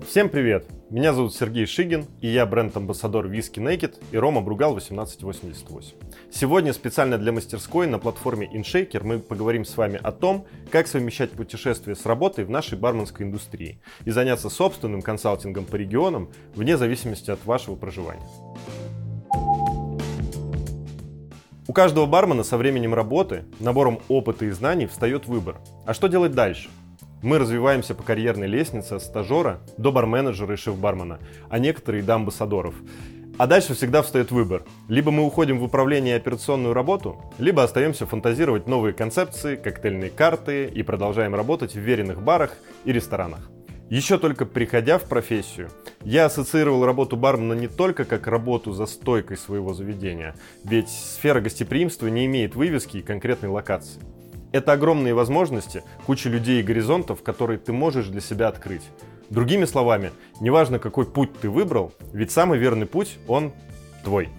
Всем привет! Меня зовут Сергей Шигин, и я бренд-амбассадор Whisky Naked и Рома Бругал 1888. Сегодня специально для мастерской на платформе InShaker мы поговорим с вами о том, как совмещать путешествия с работой в нашей барменской индустрии и заняться собственным консалтингом по регионам вне зависимости от вашего проживания. У каждого бармена со временем работы, набором опыта и знаний встает выбор. А что делать дальше? Мы развиваемся по карьерной лестнице от стажера до барменеджера и шеф-бармена, а некоторые до амбассадоров. А дальше всегда встает выбор. Либо мы уходим в управление и операционную работу, либо остаемся фантазировать новые концепции, коктейльные карты и продолжаем работать в веренных барах и ресторанах. Еще только приходя в профессию, я ассоциировал работу бармена не только как работу за стойкой своего заведения, ведь сфера гостеприимства не имеет вывески и конкретной локации. Это огромные возможности, куча людей и горизонтов, которые ты можешь для себя открыть. Другими словами, неважно, какой путь ты выбрал, ведь самый верный путь, он твой.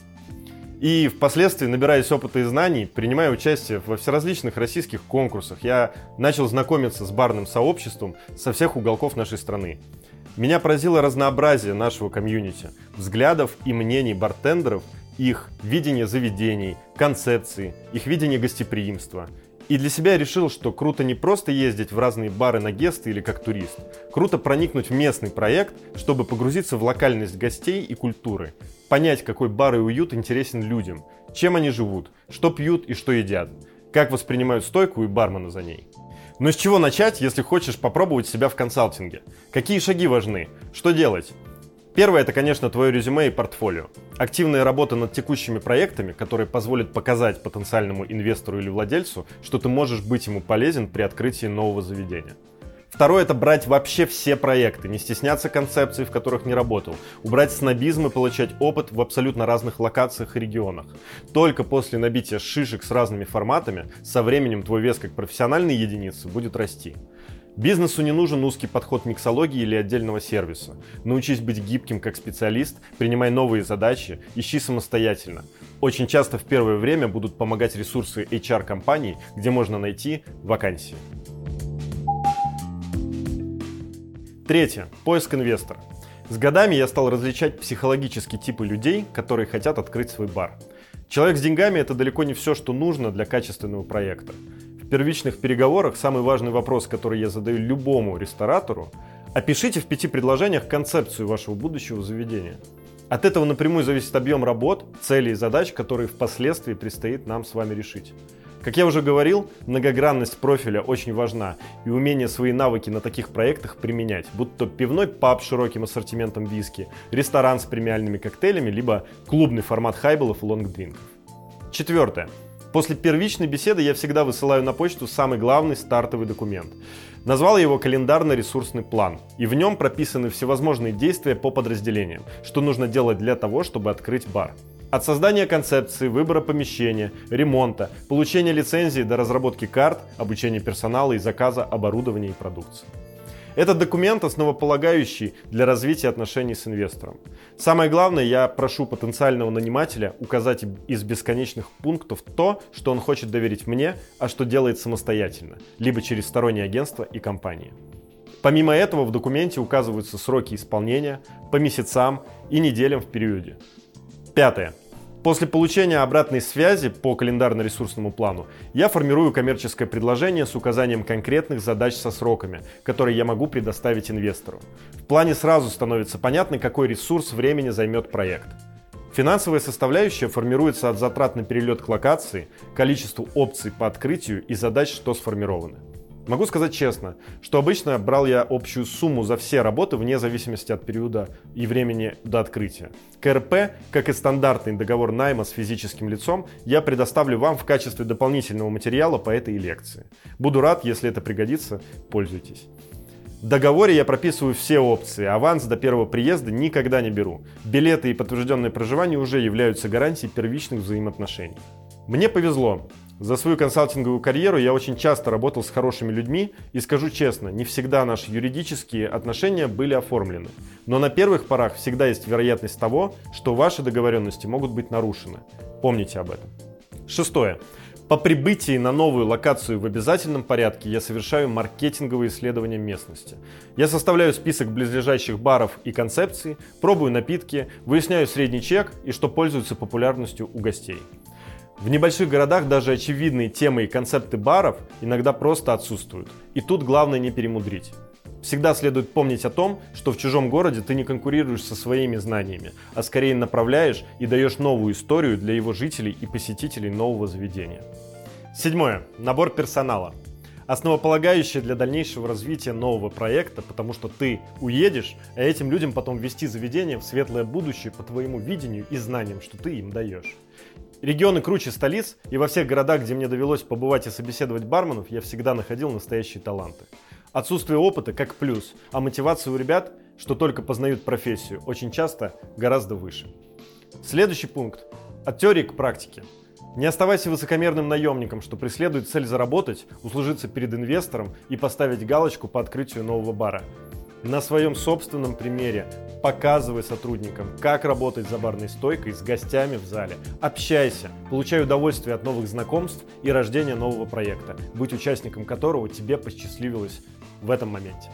И впоследствии, набираясь опыта и знаний, принимая участие во всеразличных российских конкурсах, я начал знакомиться с барным сообществом со всех уголков нашей страны. Меня поразило разнообразие нашего комьюнити, взглядов и мнений бартендеров, их видение заведений, концепции, их видение гостеприимства. И для себя я решил, что круто не просто ездить в разные бары на гесты или как турист. Круто проникнуть в местный проект, чтобы погрузиться в локальность гостей и культуры. Понять, какой бар и уют интересен людям, чем они живут, что пьют и что едят, как воспринимают стойку и бармена за ней. Но с чего начать, если хочешь попробовать себя в консалтинге? Какие шаги важны? Что делать? Первое – это, конечно, твое резюме и портфолио. Активная работа над текущими проектами, которые позволят показать потенциальному инвестору или владельцу, что ты можешь быть ему полезен при открытии нового заведения. Второе – это брать вообще все проекты, не стесняться концепций, в которых не работал, убрать снобизм и получать опыт в абсолютно разных локациях и регионах. Только после набития шишек с разными форматами со временем твой вес как профессиональной единицы будет расти. Бизнесу не нужен узкий подход миксологии или отдельного сервиса. Научись быть гибким как специалист, принимай новые задачи, ищи самостоятельно. Очень часто в первое время будут помогать ресурсы HR-компаний, где можно найти вакансии. Третье. Поиск инвестора. С годами я стал различать психологические типы людей, которые хотят открыть свой бар. Человек с деньгами – это далеко не все, что нужно для качественного проекта. В первичных переговорах самый важный вопрос, который я задаю любому ресторатору – опишите в 5 предложениях концепцию вашего будущего заведения. От этого напрямую зависит объем работ, целей и задач, которые впоследствии предстоит нам с вами решить. Как я уже говорил, многогранность профиля очень важна, и умение свои навыки на таких проектах применять, будь то пивной паб с широким ассортиментом виски, ресторан с премиальными коктейлями, либо клубный формат хайболов и лонгдринков. Четвертое. После первичной беседы я всегда высылаю на почту самый главный стартовый документ. Назвал его календарно-ресурсный план, и в нем прописаны всевозможные действия по подразделениям, что нужно делать для того, чтобы открыть бар. От создания концепции, выбора помещения, ремонта, получения лицензии до разработки карт, обучения персонала и заказа оборудования и продукции. Этот документ основополагающий для развития отношений с инвестором. Самое главное, я прошу потенциального нанимателя указать из бесконечных пунктов то, что он хочет доверить мне, а что делает самостоятельно, либо через сторонние агентства и компании. Помимо этого в документе указываются сроки исполнения по месяцам и неделям в периоде. Пятое. После получения обратной связи по календарно-ресурсному плану я формирую коммерческое предложение с указанием конкретных задач со сроками, которые я могу предоставить инвестору. В плане сразу становится понятно, какой ресурс времени займет проект. Финансовая составляющая формируется от затрат на перелет к локации, количеству опций по открытию и задач, что сформированы. Могу сказать честно, что обычно брал я общую сумму за все работы вне зависимости от периода и времени до открытия. КРП, как и стандартный договор найма с физическим лицом, я предоставлю вам в качестве дополнительного материала по этой лекции. Буду рад, если это пригодится, пользуйтесь. В договоре я прописываю все опции, аванс до первого приезда никогда не беру. Билеты и подтвержденное проживание уже являются гарантией первичных взаимоотношений. Мне повезло. За свою консалтинговую карьеру я очень часто работал с хорошими людьми и скажу честно, не всегда наши юридические отношения были оформлены. Но на первых порах всегда есть вероятность того, что ваши договоренности могут быть нарушены. Помните об этом. Шестое. По прибытии на новую локацию в обязательном порядке я совершаю маркетинговые исследования местности. Я составляю список близлежащих баров и концепций, пробую напитки, выясняю средний чек и что пользуется популярностью у гостей. В небольших городах даже очевидные темы и концепты баров иногда просто отсутствуют. И тут главное не перемудрить. Всегда следует помнить о том, что в чужом городе ты не конкурируешь со своими знаниями, а скорее направляешь и даешь новую историю для его жителей и посетителей нового заведения. 7. Набор персонала. Основополагающее для дальнейшего развития нового проекта, потому что ты уедешь, а этим людям потом вести заведение в светлое будущее по твоему видению и знаниям, что ты им даешь. Регионы круче столиц, и во всех городах, где мне довелось побывать и собеседовать барменов, я всегда находил настоящие таланты. Отсутствие опыта как плюс, а мотивация у ребят, что только познают профессию, очень часто гораздо выше. Следующий пункт. От теории к практике. Не оставайся высокомерным наемником, что преследует цель заработать, услужиться перед инвестором и поставить галочку по открытию нового бара. На своем собственном примере показывай сотрудникам, как работать за барной стойкой с гостями в зале. Общайся, получай удовольствие от новых знакомств и рождения нового проекта, будь участником которого тебе посчастливилось в этом моменте.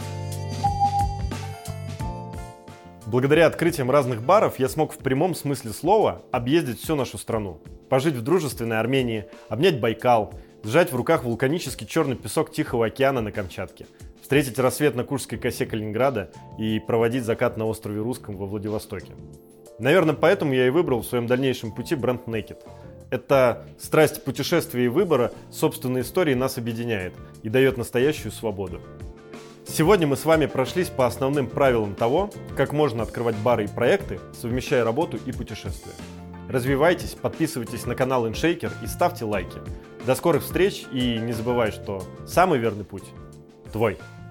Благодаря открытиям разных баров я смог в прямом смысле слова объездить всю нашу страну. Пожить в дружественной Армении, обнять Байкал, сжать в руках вулканический черный песок Тихого океана на Камчатке, встретить рассвет на Куршской косе Калининграда и проводить закат на острове Русском во Владивостоке. Наверное, поэтому я и выбрал в своем дальнейшем пути бренд Naked. Эта страсть путешествия и выбора собственной истории нас объединяет и дает настоящую свободу. Сегодня мы с вами прошлись по основным правилам того, как можно открывать бары и проекты, совмещая работу и путешествия. Развивайтесь, подписывайтесь на канал InShaker и ставьте лайки. До скорых встреч и не забывай, что самый верный путь твой.